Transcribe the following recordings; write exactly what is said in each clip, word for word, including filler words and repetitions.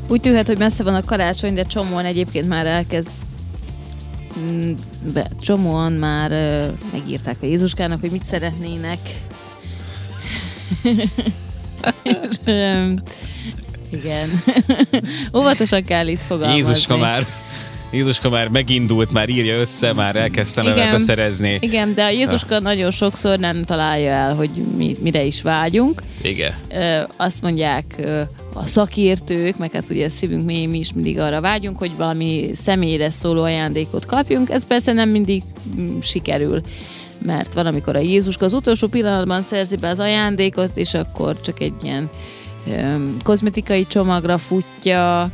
Úgy tűnhet, hogy messze van a karácsony, de csomóan egyébként már elkezd be, csomóan már uh, megírták a Jézuskának, hogy mit szeretnének. És, um, igen. Óvatosan kell itt fogalmazni. Jézuska már, Jézuska már megindult, már írja össze, már elkezdtem igen, beszerezni. Igen, de a Jézuska ha. nagyon sokszor nem találja el, hogy mi, mire is vágyunk. Igen. Ö, azt mondják ö, a szakértők, meg hát ugye a szívünk mélyén mi is mindig arra vágyunk, hogy valami személyre szóló ajándékot kapjunk. Ez persze nem mindig m, sikerül, mert van, amikor a Jézuska az utolsó pillanatban szerzi be az ajándékot, és akkor csak egy ilyen ö, kozmetikai csomagra futja,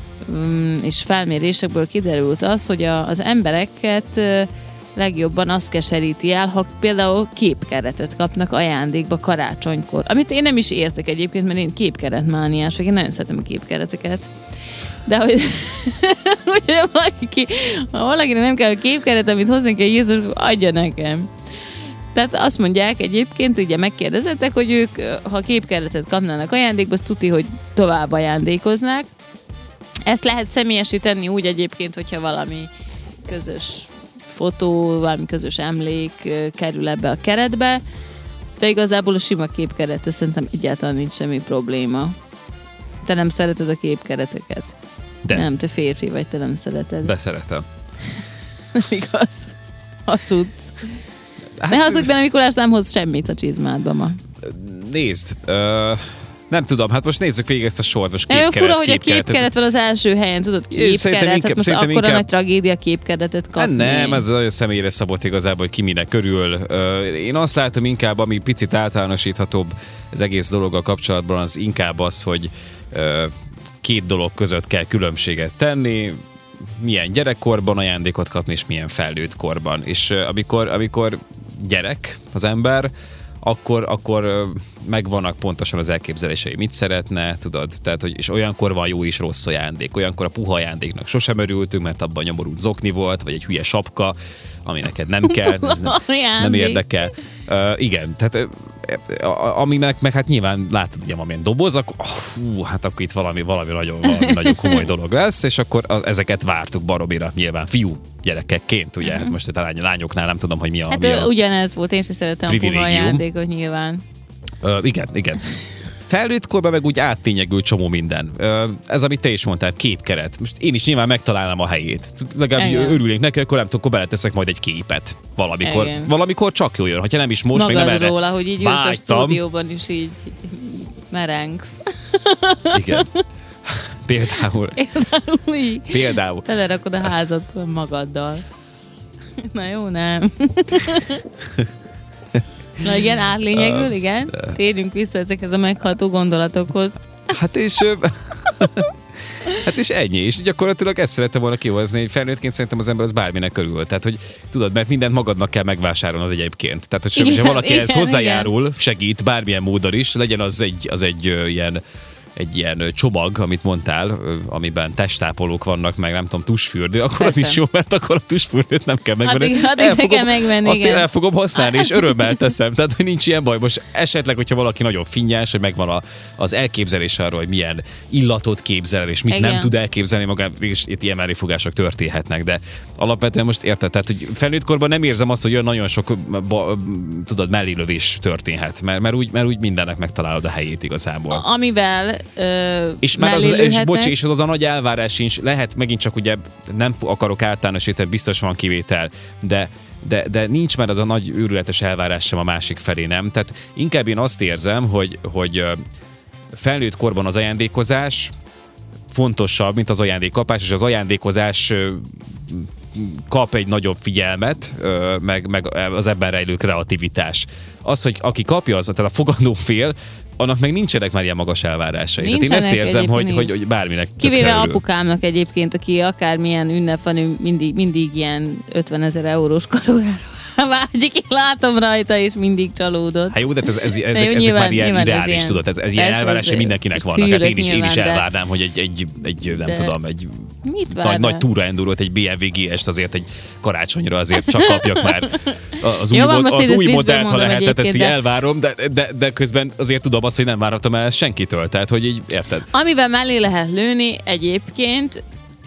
és felmérésekből kiderült az, hogy a, az embereket legjobban azt keseríti el, ha például képkeretet kapnak ajándékba karácsonykor. Amit én nem is értek egyébként, mert én képkeretmániás, én nagyon szeretem a képkereteket. De hogy, hogy valaki, ha valakinek nem kell a képkeret, amit hozni kell Jézus, adja nekem. Tehát azt mondják egyébként, ugye megkérdezettek, hogy ők, ha képkeretet kapnának ajándékba, azt tuti, hogy tovább ajándékoznák. Ezt lehet személyesíteni úgy egyébként, hogyha valami közös fotó, valami közös emlék kerül ebbe a keretbe, de igazából a sima képkerete szerintem egyáltalán nincs semmi probléma. Te nem szereted a képkereteket? De. Nem, te férfi vagy, te nem szereted. De szeretem. Igaz. Hazudsz. Hát, ne hazudj benne, Mikulás nem hoz semmit a csizmádba ma. Nézd, uh... nem tudom, hát most nézzük végig ezt a sort, most képkeret, fura, hogy a képkeret van az első helyen, tudod, képkeret, hát most akkor inkább... a nagy tragédia képkeretet kapni. Nem, ez nagyon személyre szabott igazából, hogy ki minek körül. Én azt látom inkább, ami picit általánosíthatóbb az egész dologgal kapcsolatban, az inkább az, hogy két dolog között kell különbséget tenni, milyen gyerekkorban ajándékot kapni, és milyen felnőtt korban. És amikor, amikor gyerek az ember, akkor, akkor megvannak pontosan az elképzelései, mit szeretne, tudod, tehát, hogy, és olyankor van jó és rossz ajándék, olyankor a puha ajándéknak sosem örültünk, mert abban nyomorult zokni volt, vagy egy hülye sapka, ami neked nem kell, ez nem, nem érdekel. Uh, igen, tehát uh, aminek meg hát nyilván látod, ugye valamilyen doboz, akkor uh, hú, hát akkor itt valami, valami nagyon, valami nagyon komoly dolog lesz, és akkor a, ezeket vártuk baromira, nyilván fiú gyerekekként, ugye, uh-huh. hát most a lányoknál nem tudom, hogy mi a... Hát mi a ugyanez volt, én sem szeretem a puha ajándékot nyilván. Uh, igen, igen. Felnőtt korban meg úgy áttényegül csomó minden. Uh, ez, amit te is mondtál, képkeret. Most én is nyilván megtalálnám a helyét. Legalább igen. örülnék neki, akkor nem tudom, akkor beleteszek majd egy képet. Valamikor, valamikor csak jó jön. Ha nem is most, magad még nem erre róla, hogy így ülsz a stúdióban is így merengsz. Igen. Például. Például így. Például. Telerakod a házat magaddal. Na jó, nem. Na igen, átlényegül, uh, igen. Térjünk vissza ezekhez a megható gondolatokhoz. Hát és... hát és ennyi, és gyakorlatilag ezt szerettem volna kihozni, hogy felnőttként szerintem az ember az bárminek örül. Tehát, hogy tudod, mert mindent magadnak kell megvásárolnod egyébként. Tehát, hogy igen, ha valaki igen, ez hozzájárul, igen. segít bármilyen módon is, legyen az egy, az egy uh, ilyen egy ilyen csomag, amit mondtál, amiben testápolók vannak, meg nem tudom, tusfürdő, akkor persze. az is jó, mert akkor a tusfürdőt nem kell megvenni. Addig, addig el fogom, megvenni, azt igen. én el fogom használni, és örömmel teszem. Tehát, hogy nincs ilyen baj. Most esetleg, hogyha valaki nagyon finnyás, hogy megvan a, az elképzelés arról, hogy milyen illatot képzel, és mit igen. nem tud elképzelni magát, és itt ilyen melléfogások történhetnek, de alapvetően most érted, tehát, hogy felnőtt korban nem érzem azt, hogy olyan nagyon sok ba, tudod, mellélövés történhet, mert, mert, úgy, mert úgy mindennek megtalálod a helyét igazából. A, amivel Ö, és már az, és bocs, és az a nagy elvárás sincs, lehet megint csak ugye nem akarok általánosítani, biztos van kivétel, de, de, de nincs már az a nagy őrületes elvárás sem a másik felé, nem? Tehát inkább én azt érzem, hogy, hogy felnőtt korban az ajándékozás fontosabb, mint az ajándékkapás, és az ajándékozás kap egy nagyobb figyelmet, meg, meg az ebben rejlő kreativitás. Az, hogy aki kapja, az, tehát a fogadó fél, annak meg nincsenek már ilyen magas elvárásai. Tehát én ezt érzem, hogy, hogy, hogy bárminek kivéve apukámnak egyébként, aki akármilyen ünnep van, ő mindig, mindig ilyen ötvenezer eurós karórára vágyik, én látom rajta, és mindig csalódott. Hát jó, de ez, ez, ez, jó, ezek, ezek nyilván, már ilyen nyilván ez ideális, ilyen- tudod, ez, ez persze, ilyen elvárásai ez- mindenkinek ez vannak. Hát hűlök én is, én is nyilván, de- elvárnám, hogy egy, egy, egy nem De- tudom, egy Mit nagy, várnál? nagy túra endurot, egy bé em vé gé est azért egy karácsonyra azért csak kapjak már az új, Jó, van, mod, most az én ezt új viccből modellt, ha mondom lehet, tehát ezt így egyébként, de- elvárom, de, de, de közben azért tudom azt, hogy nem várhatom el ezt senkitől, tehát hogy így érted? Amivel mellé lehet lőni egyébként,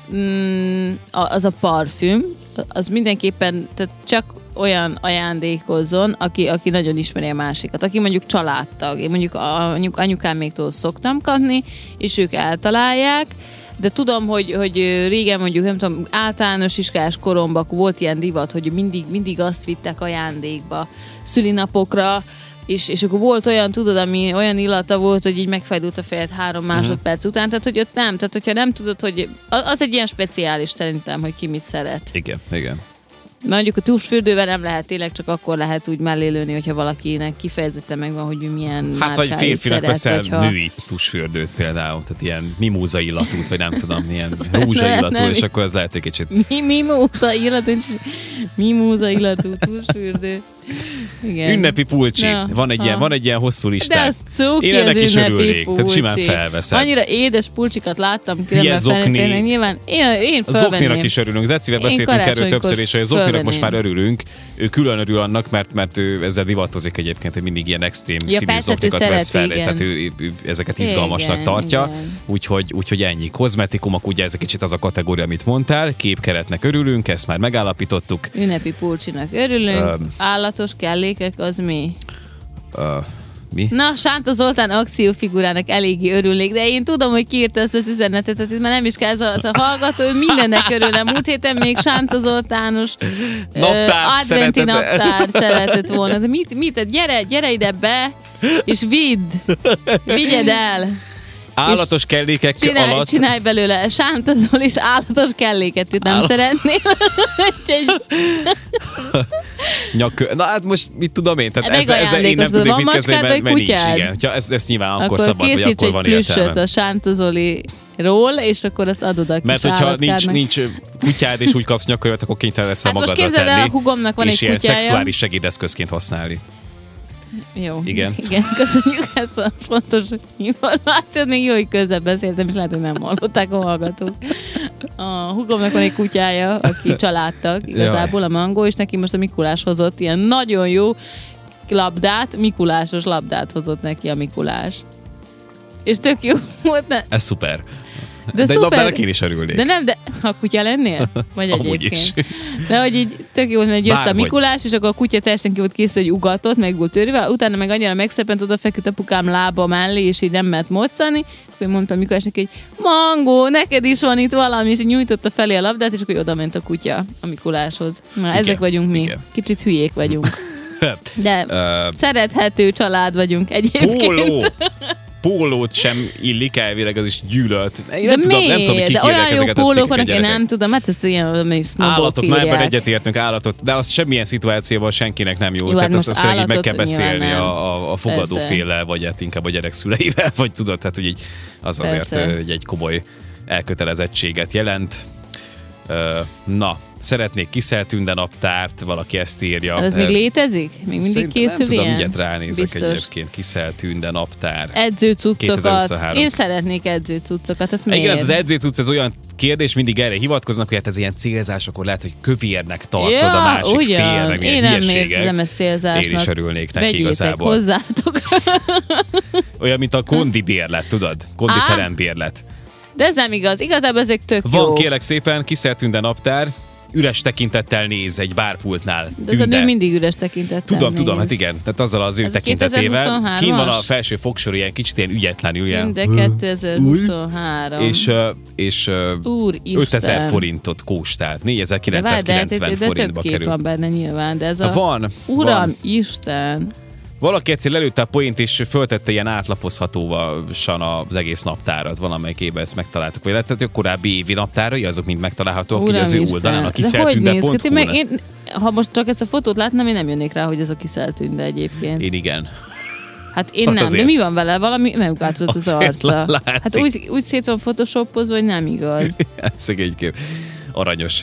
mm, a- az a parfüm, az mindenképpen tehát csak olyan ajándékozzon, aki, aki nagyon ismeri a másikat. Aki mondjuk családtag. Én mondjuk a- anyuk, anyukáméktól szoktam kapni, és ők eltalálják, de tudom, hogy, hogy régen mondjuk, nem tudom, általános iskás koromban akkor volt ilyen divat, hogy mindig, mindig azt vittek ajándékba szülinapokra, és, és akkor volt olyan, tudod, ami olyan illata volt, hogy így megfájdult a fejed három másodperc uh-huh. után, tehát hogy ott nem, tehát hogyha nem tudod, hogy az egy ilyen speciális szerintem, hogy ki mit szeret. Igen, igen. Mondjuk a tusfürdővel nem lehet, tényleg csak akkor lehet úgy mellé lőni, hogyha valakinek kifejezetten megvan, hogy ő milyen Hát, vagy márkáit férfinak szeret, veszel hogyha... női tusfürdőt például, tehát ilyen mimóza illatút, vagy nem tudom, ilyen rózsa illatú, nem, és nem. akkor ez lehet egy kicsit... Mi, mimóza illatú, mimóza illatú tusfürdő. Igen. Ünnepi pulcsi. Na, Van egy, ilyen, ha. van egy ilyen hosszú De listát. az cuki, Én ennek az is ünnepi örülnék, tehát simán pulcsi. felveszem. Annyira édes pulcsikat láttam, különben zokni. feltétlenül, nyilván én, én A fölvenném. zokninak is örülünk. Zecivel Én beszéltünk erről karácsonykor többször, és a zokninak most már fölvenném. örülünk. Ő külön örül annak, mert, mert ő ezzel divatozik egyébként, hogy mindig ilyen extrém Ja, színű persze, zoknikat ő vesz fel. szereti, igen. Tehát ő, ő, ő ezeket izgalmasnak Igen, tartja. igen. Úgyhogy, úgyhogy ennyi. Kozmetikumok, ugye ez egy kicsit az a kategória, amit mondtál. Képkeretnek örülünk, ezt már megállapítottuk. Ünnepi pulcsinak örülünk. Öm. Állatos kellékek, az mi? Uh, mi? Na, Sánta Zoltán akciófigurának eléggé örülnék, de én tudom, hogy kiírta ezt az üzenetet, tehát itt már nem is kell, ez a, ez a hallgató, ő mindennek örülne. Múlt héten még Sánta Zoltános ö, Naptárt adventi szeretett. naptárt szeretett volna. De mit, mit, gyere, gyere ide be, és vidd, vigyed el. Állatos kellékek Csinálj, alatt... csinálj belőle Sánta Zoli is állatos kelléket, itt nem Áll- szeretnél. Úgyhogy Nyak, na hát most mit tudom én, tehát ezzel, ezzel én nem Megajándékozod, tudnék van mit kezdeni, macskád, mert, vagy mert nincs, kutyád? igen. Ha ezt, ezt nyilván akkor, akkor szabad, vagy készíts akkor egy van plüssöt értelme. a Sánta Zoliról, és akkor azt adod a kis Mert hogyha nincs, állatkádnak. nincs kutyád, és úgy kapsz nyaköröt, akkor kénytelen leszel Hát most magadra képzeld el, tenni. a hugomnak van és egy ilyen kutyája. szexuális segédeszközként használni. Jó. Igen. Igen, köszönjük ezt a fontos információt. Még jó, hogy közben beszéltem, és lehet, hogy nem hallották a hallgatók. A hugomnak van egy kutyája, aki családtag, igazából a Mangó, és neki most a Mikulás hozott ilyen nagyon jó labdát, Mikulásos labdát hozott neki a Mikulás. És tök jó volt. Ne? Ez szuper. De, De, de szuper. labdának én is örülnék. De nem, de ha kutya lennél? Vagy Amúgy egyébként? is. De hogy így tök jó, mert jött Bárhogy. a Mikulás, és akkor a kutya teljesen ki volt készül, hogy ugatott, meg volt törve, utána meg annyira megszepent, oda feküdt apukám lába mellé, és így nem mert moccani, akkor mondtam Mikulásnak, hogy Mangó, neked is van itt valami, és így nyújtotta felé a labdát, és akkor oda ment a kutya a Mikuláshoz. Na, Igen, ezek vagyunk mi. igen. Kicsit hülyék vagyunk. De Ö, szerethető család vagyunk egyébként. Póló! Pólót sem illik elvileg, az is gyűlölt. Én De nem tudom, nem miért? tudom, kik De írják olyan jó ezeket a pólók cikkeket, vannak, én gyerekek. nem tudom, hát ez ilyen valami sznobok Állatot, már ebben írják. egyetértünk, állatot, de az semmilyen szituációban senkinek nem jó. Jó, Tehát hát azt, most azt tényleg így meg kell állatot nyilván beszélni nem. a, a, a fogadóféllel, vagy hát inkább a gyerek szüleivel, vagy tudod, tehát hogy így az azért Persze. ö, egy komoly elkötelezettséget jelent. Ö, Na, szeretnék Kiszelt Tünde naptárt, valaki ezt írja. Ez még létezik? Még mindig Szerintem készül nem tudom, ilyen? mindjárt ránézek Biztos. egyébként. Kiszelt Tünde naptár. Edzőcuccokat. kétezer-huszonhárom. Én szeretnék edzőcuccokat, tehát miért? Igen, az edzőcucc, ez olyan kérdés, mindig erre hivatkoznak, hogy hát ez ilyen célzás, akkor lehet, hogy kövérnek tartod ja, a másik ugyan. fél, meg Én ilyen nem hülyeségek. érzem ezt célzásnak. Én is örülnék neki Vegyétek igazából. hozzátok. Olyan, mint a kondi bérlet, tudod? Kondi Á. terembérlet. De ez nem igaz. Igazából ezek tök Van, jó. kérlek szépen, Kiszelt Tünde naptár, üres tekintettel néz egy bárpultnál. De ez a Tünde. nő mindig üres tekintettel Tudom, néz. tudom, hát igen, tehát azzal az ő Ez a tekintetével. kétezer-huszonhármas? Kín van a felső fogsor, ilyen kicsit ilyen ügyetlenül, ilyen. De kétezer-huszonhárom. És, ö, és ö, Úristen. ötezer forintot kóstált, De várj, de, négyezer-kilencszázkilencven de, de több forintba kép kerül. van benne nyilván, de ez a... Van, Uram, van. Isten! Valaki egyszer lelőtte a poént, és föltette ilyen átlapozhatósan az egész naptárat, valamelyik évben ezt megtaláltuk. Vagy lehet, hogy a korábbi évi naptárai, azok mind megtalálhatóak így az ő oldalán, a De hogy néz ki? kiszelt Meg én, ha most csak ezt a fotót látnám, én nem jönnék rá, hogy ez a Kiszelt Tünde egyébként. Én igen. Hát én Hát nem, azért. de mi van vele? Valami megváltozott az Azért arca. látszik. Hát úgy, úgy szét van photoshopozva, hogy nem igaz. Szegénykép. Aranyos.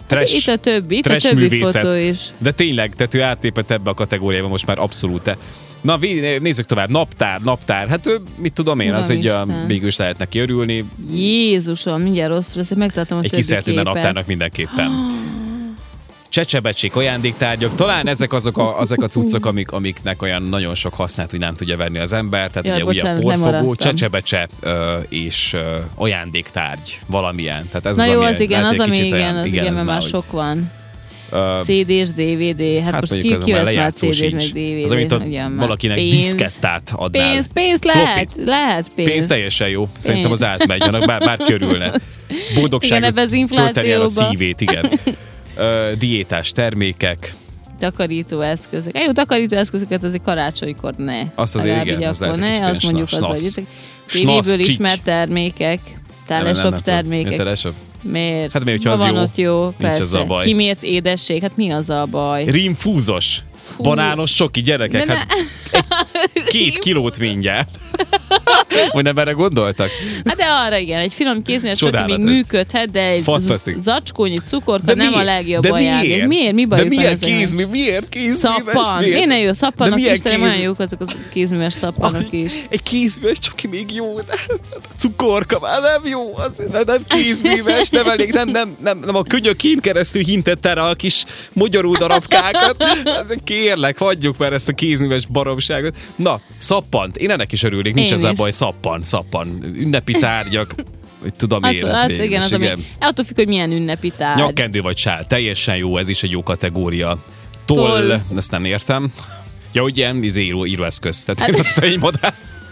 trash, itt a többi, itt a trash többi művészet. fotó is. De tényleg, tehát ő átlépett ebbe a kategóriába most már abszolút. Na, nézzük tovább. Naptár, naptár. Hát ő, mit tudom én, Uram az egy, Isten. mégis lehet neki örülni. Jézusom, mindjárt rosszul lesz, megtartom a Egy többi kiszertőne képet. naptárnak mindenképpen. Csecsebecsék, ajándéktárgyak. Talán ezek azok a, azok a cuccok, amik, amiknek olyan nagyon sok hasznát úgy nem tudja venni az ember. Tehát Jaj, ugye, ugye bocsánat, porfogó, lemaradtam. csecsebecse ö, és ö, ajándéktárgy valamilyen. Tehát ez Na az, jó, ami az igen, lehet, az, egy ami kicsit igen, olyan- az igen, ez mert már hogy- sok van. Ö, cé dés, dé vé dé, hát, Hát most mondjuk ki, az ki már vesz már lejátszó cé dét meg sincs. dé vé dét? Az, amit a Ugyan már. valakinek Pénz. diszkettát adnál. Pénz, pénz lehet, lehet pénz. Pénz teljesen jó. Szerintem Pénz. az átmegy, annak bár, bár körülne. Boldogság. Igen, ebbe az tölteni el a inflációba. szívét, igen. Ö, diétás termékek. Takarító eszközök. Jó, takarító eszközöket azért karácsonykor ne. Azt azért Legalább igen, így az akkor lehet egy ne, kis azt mondjuk az, snasz. hogy Snasz, tévéből csics. ismert termékek, teleshop termékek. Teleshop. Miért? Hát miért, hogyha Ha az van jó, ott jó, nincs persze. azzal baj. Kimért édesség, hát mi az a baj? Rímfúzos. Fú. Banános csoki, gyerekek. De Hát egy, két kilót mindjárt. Hogy nem erre gondoltak? Hát de arra igen, egy finom kézműves csoki még Csodálatos. működhet, de egy Fantasztikus. z- zacskónyi cukorka nem miért? a legjobb De ajándék. miért? Miért? Mi De bajuk van milyen ezzel? kézmű? Miért kézműves? Szappan. Miért? Miért ne jó? De Szappanok milyen Istenem, kéz- olyan jók azok a kézműves szappanok is. Egy kézműves csoki még jó, de a cukorka már nem jó, az nem, nem kézműves, nem elég, nem, nem, nem, nem a könyökén keresztül hintette rá a kis mogyorú darabkákat. Ezek kérlek, hagyjuk már ezt a kézműves baromságot. Na, szappant, én ennek is örülnék, nincs Én az a is. baj, szappan, szappan, ünnepi tárgyak, hogy tudom Hát, élet hát végül igen, is, az, ami, igen. attól függ, hogy milyen ünnepi tárgy. Nyakkendő vagy sál, teljesen jó, ez is egy jó kategória. Toll, Toll. ezt nem értem. Ja, ugye, ilyen izé író, íróeszköz, tehát én azt egy madár.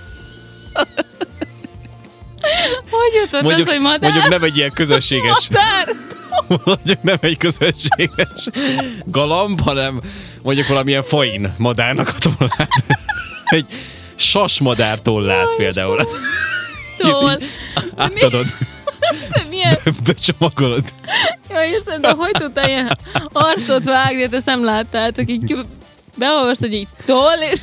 Hogy jutott Mondjuk, az, hogy madár? mondjuk nem egy ilyen közösséges, Madár? mondjuk nem egy közösséges galamb, hanem mondjuk valamilyen fain madárnak a tollát. Egy sasmadár tollát például. Toll. Átadod, De milyen? becsomagolod. Jó, Isten, de hogy tudtál ilyen arcot vágni, hát ezt nem láttátok, így beolvastad, hogy így toll, és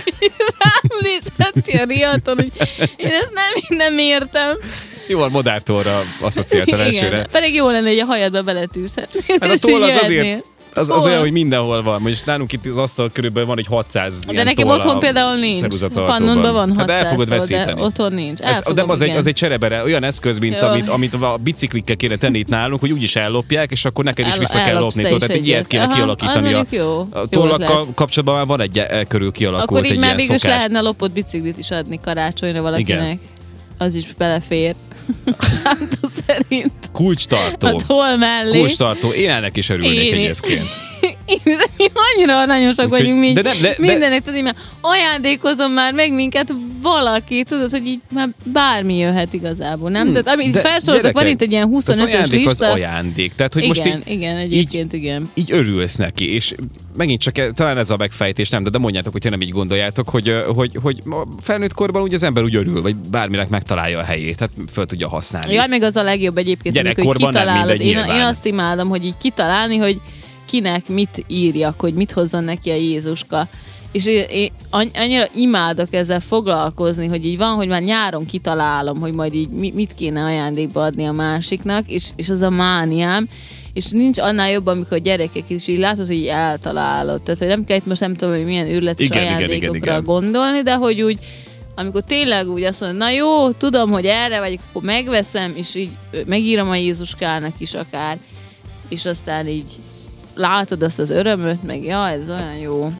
rám nézhettél a riadton, hogy én ezt nem, nem értem. Jó, van, madártollra asszociáltam elsőre. Igen, pedig jó lenne, hogy a hajadba beletűzhetnél. Hát a és toll így az azért, jöhetnél. az, az Toll. olyan, hogy mindenhol van. Most nálunk itt az asztal körülbelül van egy hatszáz De ilyen nekem toll otthon a például nincs. ceruzatartóban. Pannonban van hatszáz Hát el fogod toll, veszíteni. de otthon nincs. Ez, Elfogom, de az egy, igen. az egy cserebere, olyan eszköz, mint Jó. amit, amit a biciklikkel kéne tenni itt nálunk, hogy úgyis ellopják, és akkor neked is El- vissza kell ellopsz lopni. te Tudod, is tehát egy ilyet egyet. kéne Aha, kialakítani. az A, mondjuk jó. a Jó tollakkal ötlet. kapcsolatban már van egy e körül kialakult Akkor így egy már ilyen végül is szokás. lehetne lopott biciklit is adni karácsonyra valakinek. Igen. Az is belefér. Sánta szerint. Kulcstartó. A toll mellé. Kulcstartó. Én ennek is örülnék Én is. egyébként. Én, mi annyira aranyosak Úgyhogy- vagyunk mi. de nem- de- de- Mindenek, tudod, mert ajándékozom már meg minket valaki, tudod, hogy így már bármi jöhet igazából, nem? Hmm, Tehát amit de felsoroltak, van gyerekek, itt egy ilyen Az huszonötös ajándék az lista. ajándék. Tehát, hogy Igen, most így, igen, egyébként igen. így örülsz neki, és megint csak e- talán ez a megfejtés, nem, de, de mondjátok, hogyha nem így gondoljátok, hogy, ö, hogy, hogy a felnőtt korban úgy az ember úgy örül, vagy bárminek megtalálja a helyét, tehát föl tudja használni. Ja, meg az a legjobb egyébként, amikor hogy Gyerekkorban nem kitalálod. mindegy, Én, nyilván. én azt imádom, hogy így kitalálni, hogy kinek mit írjak, hogy mit hozzon neki a Jézuska. És én, én annyira imádok ezzel foglalkozni, hogy így van, hogy már nyáron kitalálom, hogy majd így mit kéne ajándékba adni a másiknak, és, és az a mániám, és nincs annál jobb, amikor gyerekek is így látod, hogy így eltalálod. Tehát, hogy nem kell itt most nem tudom, hogy milyen őrületes Igen, igen, ajándékokra igen, igen. gondolni, de hogy úgy amikor tényleg úgy azt mondod, na jó, tudom, hogy erre vagy, akkor megveszem, és így megírom a Jézuskának is akár, és aztán így látod azt az örömöt, meg ja, ez olyan jó.